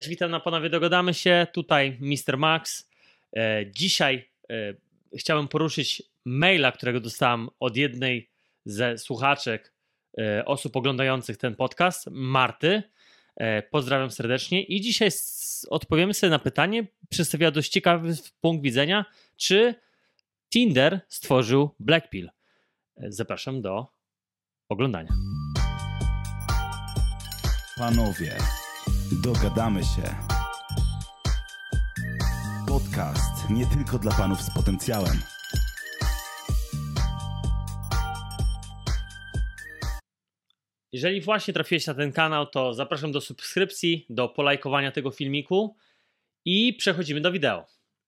Witam na Panowie Dogadamy się, tutaj Mr. Max. Dzisiaj chciałem poruszyć maila, którego dostałem od jednej ze słuchaczek osób oglądających ten podcast, Marty. Pozdrawiam serdecznie i dzisiaj odpowiemy sobie na pytanie, przedstawia dość ciekawy punkt widzenia, czy Tinder stworzył Blackpill. Zapraszam do oglądania. Panowie, dogadamy się. Podcast nie tylko dla panów z potencjałem. Jeżeli właśnie trafiłeś na ten kanał, to zapraszam do subskrypcji, do polajkowania tego filmiku i przechodzimy do wideo.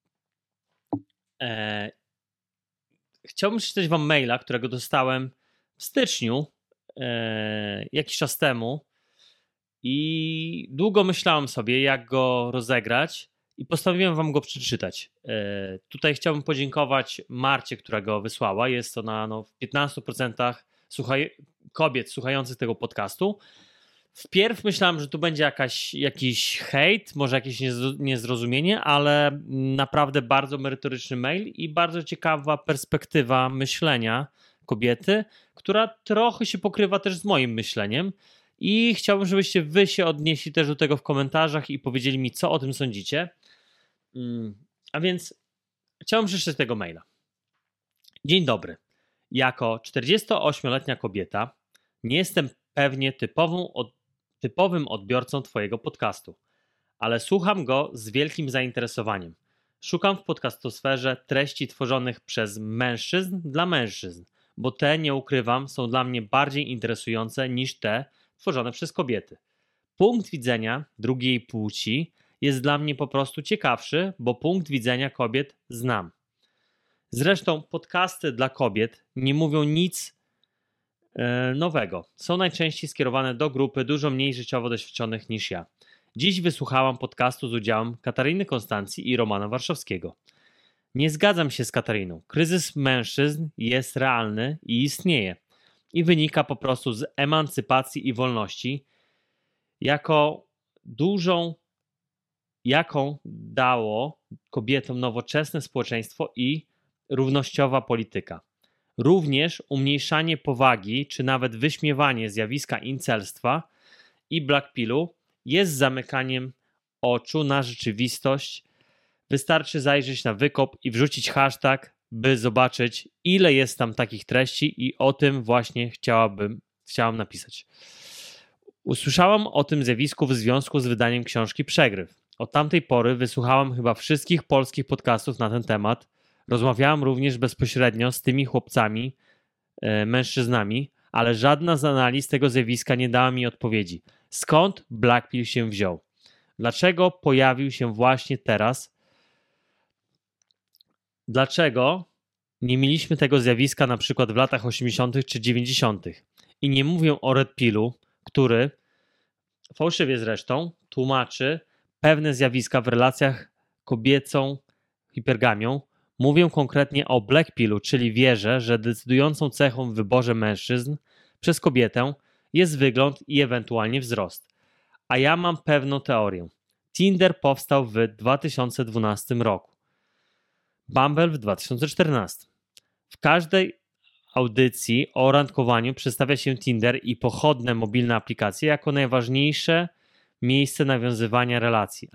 Chciałbym przeczytać wam maila, którego dostałem w styczniu, jakiś czas temu, i długo myślałem sobie, jak go rozegrać i postanowiłem wam go przeczytać. Tutaj chciałbym podziękować Marcie, która go wysłała. Jest to na 15% kobiet słuchających tego podcastu. Wpierw myślałem, że tu będzie jakiś hejt, może jakieś niezrozumienie, ale naprawdę bardzo merytoryczny mail i bardzo ciekawa perspektywa myślenia kobiety, która trochę się pokrywa też z moim myśleniem. I chciałbym, żebyście wy się odnieśli też do tego w komentarzach i powiedzieli mi, co o tym sądzicie. A więc chciałbym przeczytać tego maila. Dzień dobry. Jako 48-letnia kobieta nie jestem pewnie typowym odbiorcą twojego podcastu, ale słucham go z wielkim zainteresowaniem. Szukam w podcastosferze treści tworzonych przez mężczyzn dla mężczyzn, bo te, nie ukrywam, są dla mnie bardziej interesujące niż te tworzone przez kobiety. Punkt widzenia drugiej płci jest dla mnie po prostu ciekawszy, bo punkt widzenia kobiet znam. Zresztą podcasty dla kobiet nie mówią nic nowego. Są najczęściej skierowane do grupy dużo mniej życiowo doświadczonych niż ja. Dziś wysłuchałam podcastu z udziałem Katariny Konstancji i Romana Warszawskiego. Nie zgadzam się z Kataryną. Kryzys mężczyzn jest realny i istnieje. I wynika po prostu z emancypacji i wolności, jaką dało kobietom nowoczesne społeczeństwo i równościowa polityka. Również umniejszanie powagi, czy nawet wyśmiewanie zjawiska incelstwa i blackpillu jest zamykaniem oczu na rzeczywistość. Wystarczy zajrzeć na wykop i wrzucić hashtag, by zobaczyć, ile jest tam takich treści, i o tym właśnie chciałam napisać. Usłyszałam o tym zjawisku w związku z wydaniem książki Przegryw. Od tamtej pory wysłuchałam chyba wszystkich polskich podcastów na ten temat. Rozmawiałam również bezpośrednio z tymi chłopcami, mężczyznami, ale żadna z analiz tego zjawiska nie dała mi odpowiedzi. Skąd Blackpill się wziął? Dlaczego pojawił się właśnie teraz? Dlaczego nie mieliśmy tego zjawiska na przykład w latach 80. czy 90. I nie mówię o Red Pillu, który fałszywie zresztą tłumaczy pewne zjawiska w relacjach kobiecą hipergamią. Mówię konkretnie o Black Pillu, czyli wierzę, że decydującą cechą w wyborze mężczyzn przez kobietę jest wygląd i ewentualnie wzrost. A ja mam pewną teorię. Tinder powstał w 2012 roku. Bumble w 2014. W każdej audycji o randkowaniu przedstawia się Tinder i pochodne mobilne aplikacje jako najważniejsze miejsce nawiązywania relacji,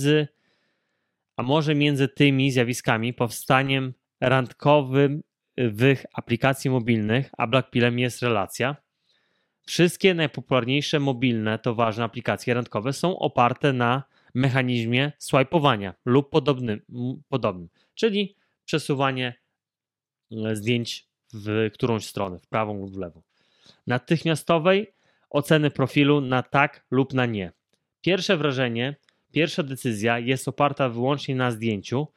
a może między tymi zjawiskami powstaniem randkowych aplikacji mobilnych, a Blackpillem jest relacja. Wszystkie najpopularniejsze mobilne to ważne aplikacje randkowe są oparte na mechanizmie swajpowania lub podobnym, czyli przesuwanie zdjęć w którąś stronę, w prawą lub w lewą. Natychmiastowej oceny profilu na tak lub na nie. Pierwsze wrażenie, pierwsza decyzja jest oparta wyłącznie na zdjęciu.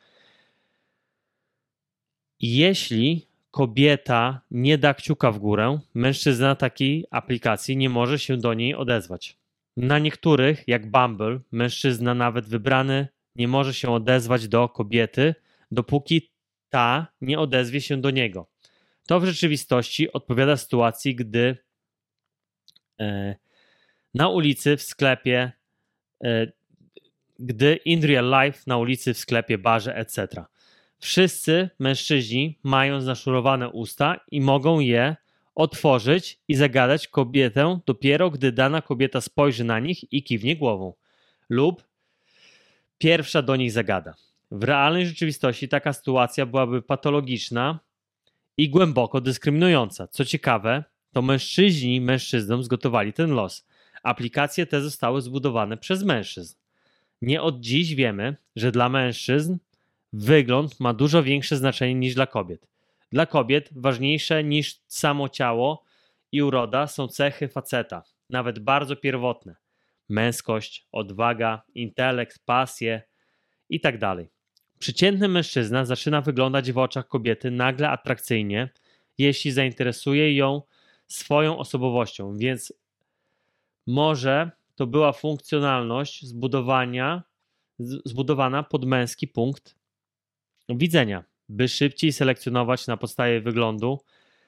Jeśli kobieta nie da kciuka w górę, mężczyzna takiej aplikacji nie może się do niej odezwać. Na niektórych, jak Bumble, mężczyzna nawet wybrany nie może się odezwać do kobiety, dopóki ta nie odezwie się do niego. To w rzeczywistości odpowiada sytuacji, gdy na ulicy, w sklepie gdy in real life, na ulicy, w sklepie, barze, etc. Wszyscy mężczyźni mają zaszurowane usta i mogą je otworzyć i zagadać kobietę dopiero, gdy dana kobieta spojrzy na nich i kiwnie głową lub pierwsza do nich zagada. W realnej rzeczywistości taka sytuacja byłaby patologiczna i głęboko dyskryminująca. Co ciekawe, to mężczyźni mężczyznom zgotowali ten los. Aplikacje te zostały zbudowane przez mężczyzn. Nie od dziś wiemy, że dla mężczyzn wygląd ma dużo większe znaczenie niż dla kobiet. Dla kobiet ważniejsze niż samo ciało i uroda są cechy faceta, nawet bardzo pierwotne. Męskość, odwaga, intelekt, pasje itd. Przeciętny mężczyzna zaczyna wyglądać w oczach kobiety nagle atrakcyjnie, jeśli zainteresuje ją swoją osobowością, więc może to była funkcjonalność zbudowana pod męski punkt widzenia, by szybciej selekcjonować na podstawie wyglądu,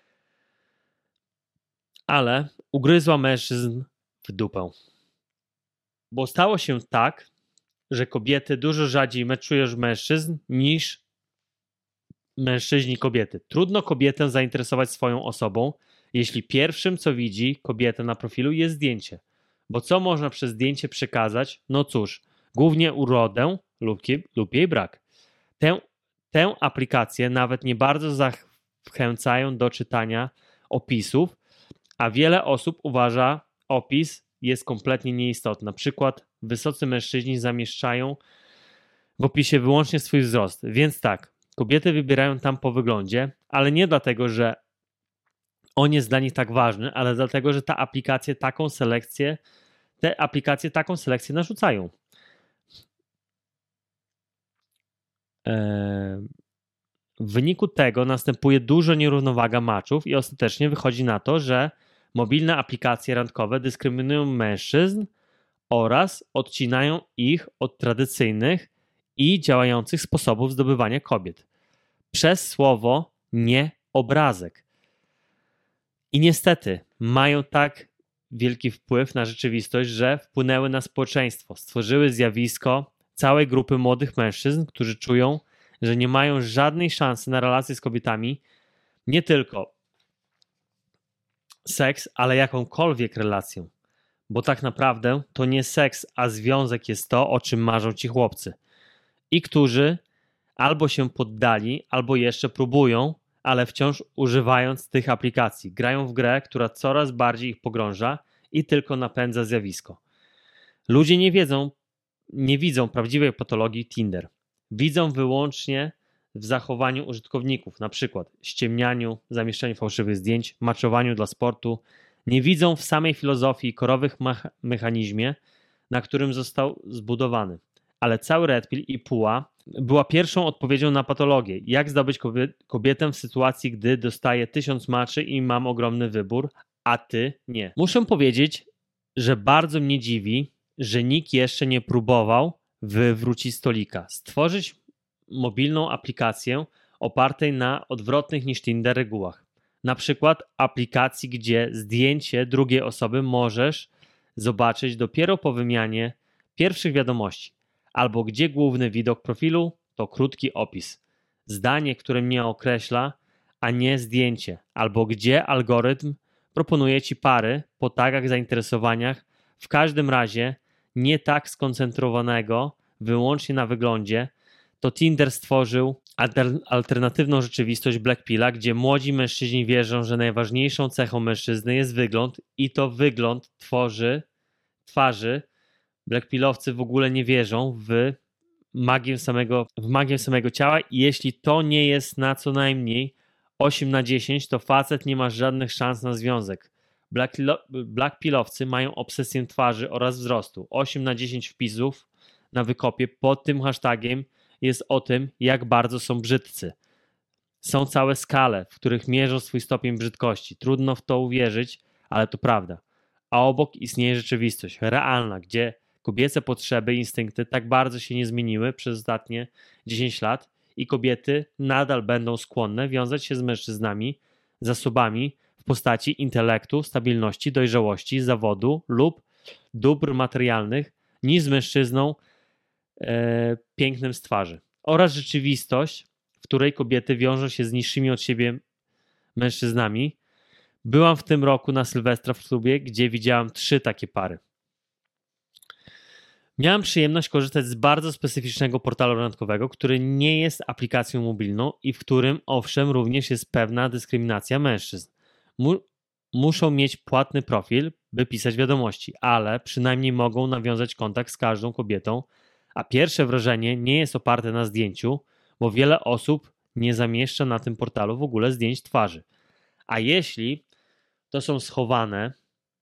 ale ugryzła mężczyzn w dupę. Bo stało się tak, że kobiety dużo rzadziej meczują mężczyzn niż mężczyźni kobiety. Trudno kobietę zainteresować swoją osobą, jeśli pierwszym, co widzi kobieta na profilu, jest zdjęcie. Bo co można przez zdjęcie przekazać? No cóż, głównie urodę lub jej brak. Tę aplikację nawet nie bardzo zachęcają do czytania opisów, a wiele osób uważa, opis jest kompletnie nieistotny. Na przykład wysocy mężczyźni zamieszczają w opisie wyłącznie swój wzrost. Więc tak, kobiety wybierają tam po wyglądzie, ale nie dlatego, że on jest dla nich tak ważny, ale dlatego, że te aplikacje taką selekcję narzucają. W wyniku tego następuje duża nierównowaga maczów i ostatecznie wychodzi na to, że mobilne aplikacje randkowe dyskryminują mężczyzn oraz odcinają ich od tradycyjnych i działających sposobów zdobywania kobiet. Przez słowo, nie obrazek. I niestety mają tak wielki wpływ na rzeczywistość, że wpłynęły na społeczeństwo. Stworzyły zjawisko całej grupy młodych mężczyzn, którzy czują, że nie mają żadnej szansy na relacje z kobietami, nie tylko seks, ale jakąkolwiek relację. Bo tak naprawdę to nie seks, a związek jest to, o czym marzą ci chłopcy. I którzy albo się poddali, albo jeszcze próbują, ale wciąż używając tych aplikacji. Grają w grę, która coraz bardziej ich pogrąża i tylko napędza zjawisko. Ludzie nie widzą prawdziwej patologii Tinder. Widzą wyłącznie w zachowaniu użytkowników, na przykład ściemnianiu, zamieszczaniu fałszywych zdjęć, maczowaniu dla sportu. Nie widzą w samej filozofii i korowych mechanizmie, na którym został zbudowany. Ale cały Red Pill i PUA była pierwszą odpowiedzią na patologię. Jak zdobyć kobietę w sytuacji, gdy dostaję 1000 maczy i mam ogromny wybór, a ty nie. Muszę powiedzieć, że bardzo mnie dziwi, że nikt jeszcze nie próbował wywrócić stolika. Stworzyć mobilną aplikację opartej na odwrotnych niż Tinder regułach. Na przykład aplikacji, gdzie zdjęcie drugiej osoby możesz zobaczyć dopiero po wymianie pierwszych wiadomości, albo gdzie główny widok profilu to krótki opis, zdanie, które mnie określa, a nie zdjęcie, albo gdzie algorytm proponuje ci pary po tagach, zainteresowaniach, w każdym razie nie tak skoncentrowanego wyłącznie na wyglądzie. To Tinder stworzył alternatywną rzeczywistość Blackpilla, gdzie młodzi mężczyźni wierzą, że najważniejszą cechą mężczyzny jest wygląd i to wygląd twarzy. Blackpillowcy w ogóle nie wierzą w magię samego ciała i jeśli to nie jest na co najmniej 8 na 10, to facet nie ma żadnych szans na związek. Blackpillowcy mają obsesję twarzy oraz wzrostu. 8 na 10 wpisów na wykopie pod tym hashtagiem jest o tym, jak bardzo są brzydcy. Są całe skale, w których mierzą swój stopień brzydkości. Trudno w to uwierzyć, ale to prawda. A obok istnieje rzeczywistość realna, gdzie kobiece potrzeby i instynkty tak bardzo się nie zmieniły przez ostatnie 10 lat i kobiety nadal będą skłonne wiązać się z mężczyznami zasobami w postaci intelektu, stabilności, dojrzałości, zawodu lub dóbr materialnych niż z mężczyzną pięknem z twarzy oraz rzeczywistość, w której kobiety wiążą się z niższymi od siebie mężczyznami. Byłam w tym roku na Sylwestra w klubie, gdzie widziałam 3 takie pary. Miałem przyjemność korzystać z bardzo specyficznego portalu randkowego, który nie jest aplikacją mobilną i w którym owszem również jest pewna dyskryminacja mężczyzn. Muszą mieć płatny profil, by pisać wiadomości, ale przynajmniej mogą nawiązać kontakt z każdą kobietą, a pierwsze wrażenie nie jest oparte na zdjęciu, bo wiele osób nie zamieszcza na tym portalu w ogóle zdjęć twarzy. A jeśli to są schowane,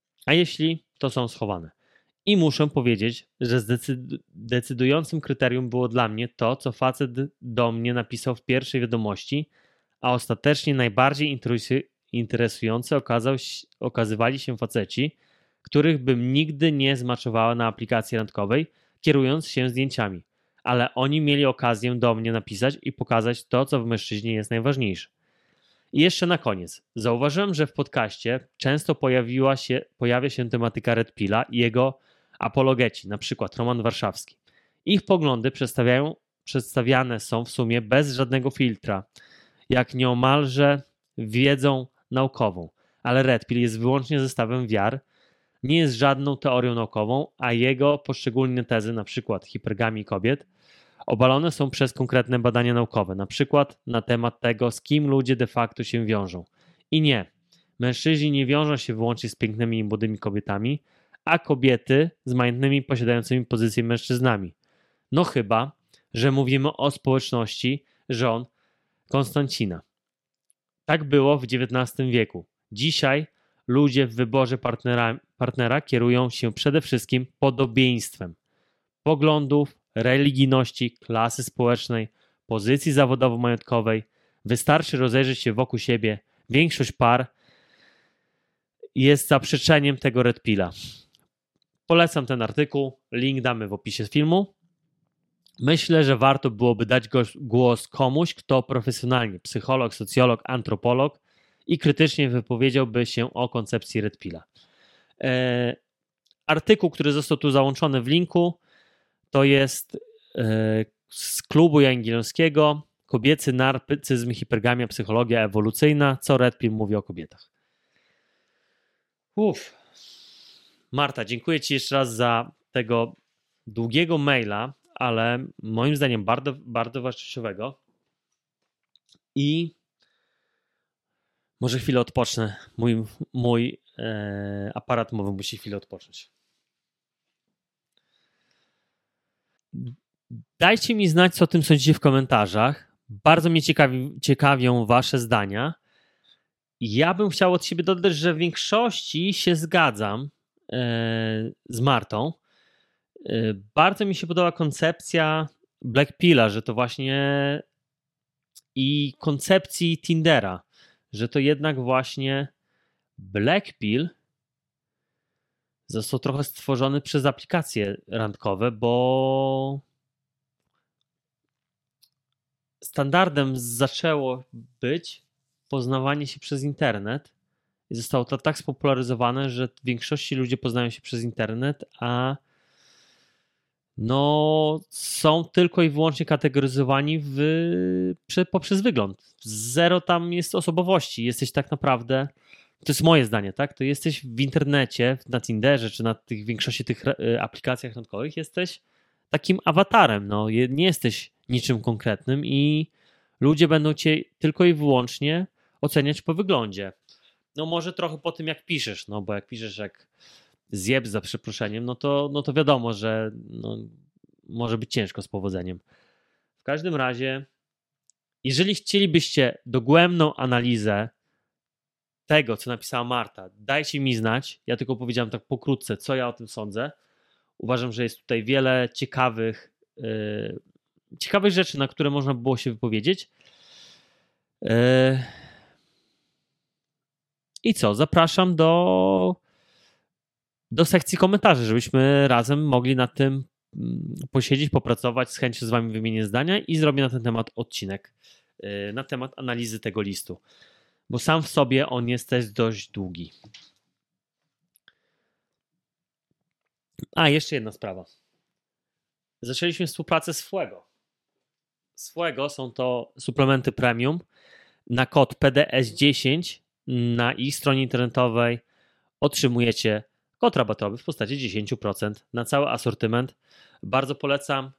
I muszę powiedzieć, że decydującym kryterium było dla mnie to, co facet do mnie napisał w pierwszej wiadomości, a ostatecznie najbardziej interesujący okazywali się faceci, których bym nigdy nie zmaczowała na aplikacji randkowej, kierując się zdjęciami. Ale oni mieli okazję do mnie napisać i pokazać to, co w mężczyźnie jest najważniejsze. I jeszcze na koniec. Zauważyłem, że w podcaście często pojawia się tematyka Red Pilla i jego apologeci, na przykład Roman Warszawski. Ich poglądy przedstawiane są w sumie bez żadnego filtra, jak nieomalże wiedzą naukową. Ale Red Pill jest wyłącznie zestawem wiar, nie jest żadną teorią naukową, a jego poszczególne tezy, na przykład hipergamii kobiet, obalone są przez konkretne badania naukowe, na przykład na temat tego, z kim ludzie de facto się wiążą. I nie, mężczyźni nie wiążą się wyłącznie z pięknymi i młodymi kobietami, a kobiety z majętnymi, posiadającymi pozycję mężczyznami. No chyba, że mówimy o społeczności żon Konstancina. Tak było w XIX wieku. Dzisiaj ludzie w wyborze partnera kierują się przede wszystkim podobieństwem poglądów, religijności, klasy społecznej, pozycji zawodowo-majątkowej. Wystarczy rozejrzeć się wokół siebie. Większość par jest zaprzeczeniem tego Red Pilla. Polecam ten artykuł, link damy w opisie filmu. Myślę, że warto byłoby dać głos komuś, kto profesjonalnie, psycholog, socjolog, antropolog i krytycznie wypowiedziałby się o koncepcji Red Pilla. Artykuł, który został tu załączony w linku, to jest z klubu Jagiellońskiego Kobiecy narcyzm, hipergamia, psychologia ewolucyjna, co Red Pill mówi o kobietach. Marta, dziękuję Ci jeszcze raz za tego długiego maila, ale moim zdaniem bardzo, bardzo wartościowego. I może chwilę odpocznę. Mój aparat mowy musi chwilę odpocząć. Dajcie mi znać, co o tym sądzicie w komentarzach. Bardzo mnie ciekawią wasze zdania. Ja bym chciał od siebie dodać, że w większości się zgadzam z Martą. Bardzo mi się podoba koncepcja Black Pilla, że to właśnie i koncepcji Tindera, że to jednak właśnie Black Pill został trochę stworzony przez aplikacje randkowe, bo standardem zaczęło być poznawanie się przez internet i zostało to tak spopularyzowane, że w większości ludzie poznają się przez internet, a są tylko i wyłącznie kategoryzowani poprzez wygląd. Zero tam jest osobowości. Jesteś tak naprawdę, to jest moje zdanie, tak? To jesteś w internecie, na Tinderze czy na większości tych aplikacjach randkowych, jesteś takim awatarem. Nie jesteś niczym konkretnym i ludzie będą cię tylko i wyłącznie oceniać po wyglądzie. Może trochę po tym, jak piszesz, bo jak piszesz jak zjeb za przeproszeniem, no to wiadomo, że może być ciężko z powodzeniem. W każdym razie, jeżeli chcielibyście dogłębną analizę tego, co napisała Marta, dajcie mi znać. Ja tylko powiedziałem tak pokrótce, co ja o tym sądzę. Uważam, że jest tutaj wiele ciekawych rzeczy, na które można było się wypowiedzieć. I co? Zapraszam do sekcji komentarzy, żebyśmy razem mogli nad tym posiedzieć, popracować, z chęcią z wami wymienię zdania i zrobię na ten temat odcinek, na temat analizy tego listu, bo sam w sobie on jest też dość długi. Jeszcze jedna sprawa. zaczęliśmy współpracę z Fuego. Z Fuego są to suplementy premium. Na kod PDS10 na ich stronie internetowej otrzymujecie kod rabatowy w postaci 10% na cały asortyment. Bardzo polecam.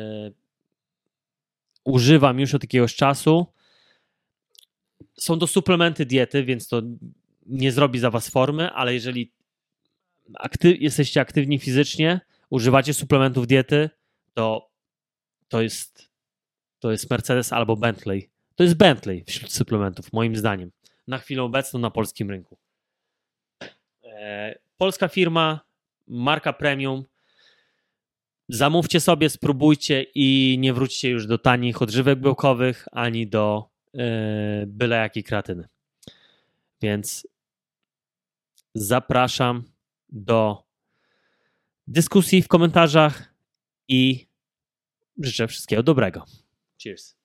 Używam już od jakiegoś czasu. Są to suplementy diety, więc to nie zrobi za was formy, ale jeżeli jesteście aktywni fizycznie, używacie suplementów diety, to jest Mercedes albo Bentley. To jest Bentley wśród suplementów, moim zdaniem. Na chwilę obecną na polskim rynku. Polska firma, marka premium. Zamówcie sobie, spróbujcie i nie wróćcie już do tanich odżywek białkowych, ani do byle jakiej kreatyny. Więc zapraszam do dyskusji w komentarzach i życzę wszystkiego dobrego. Cheers.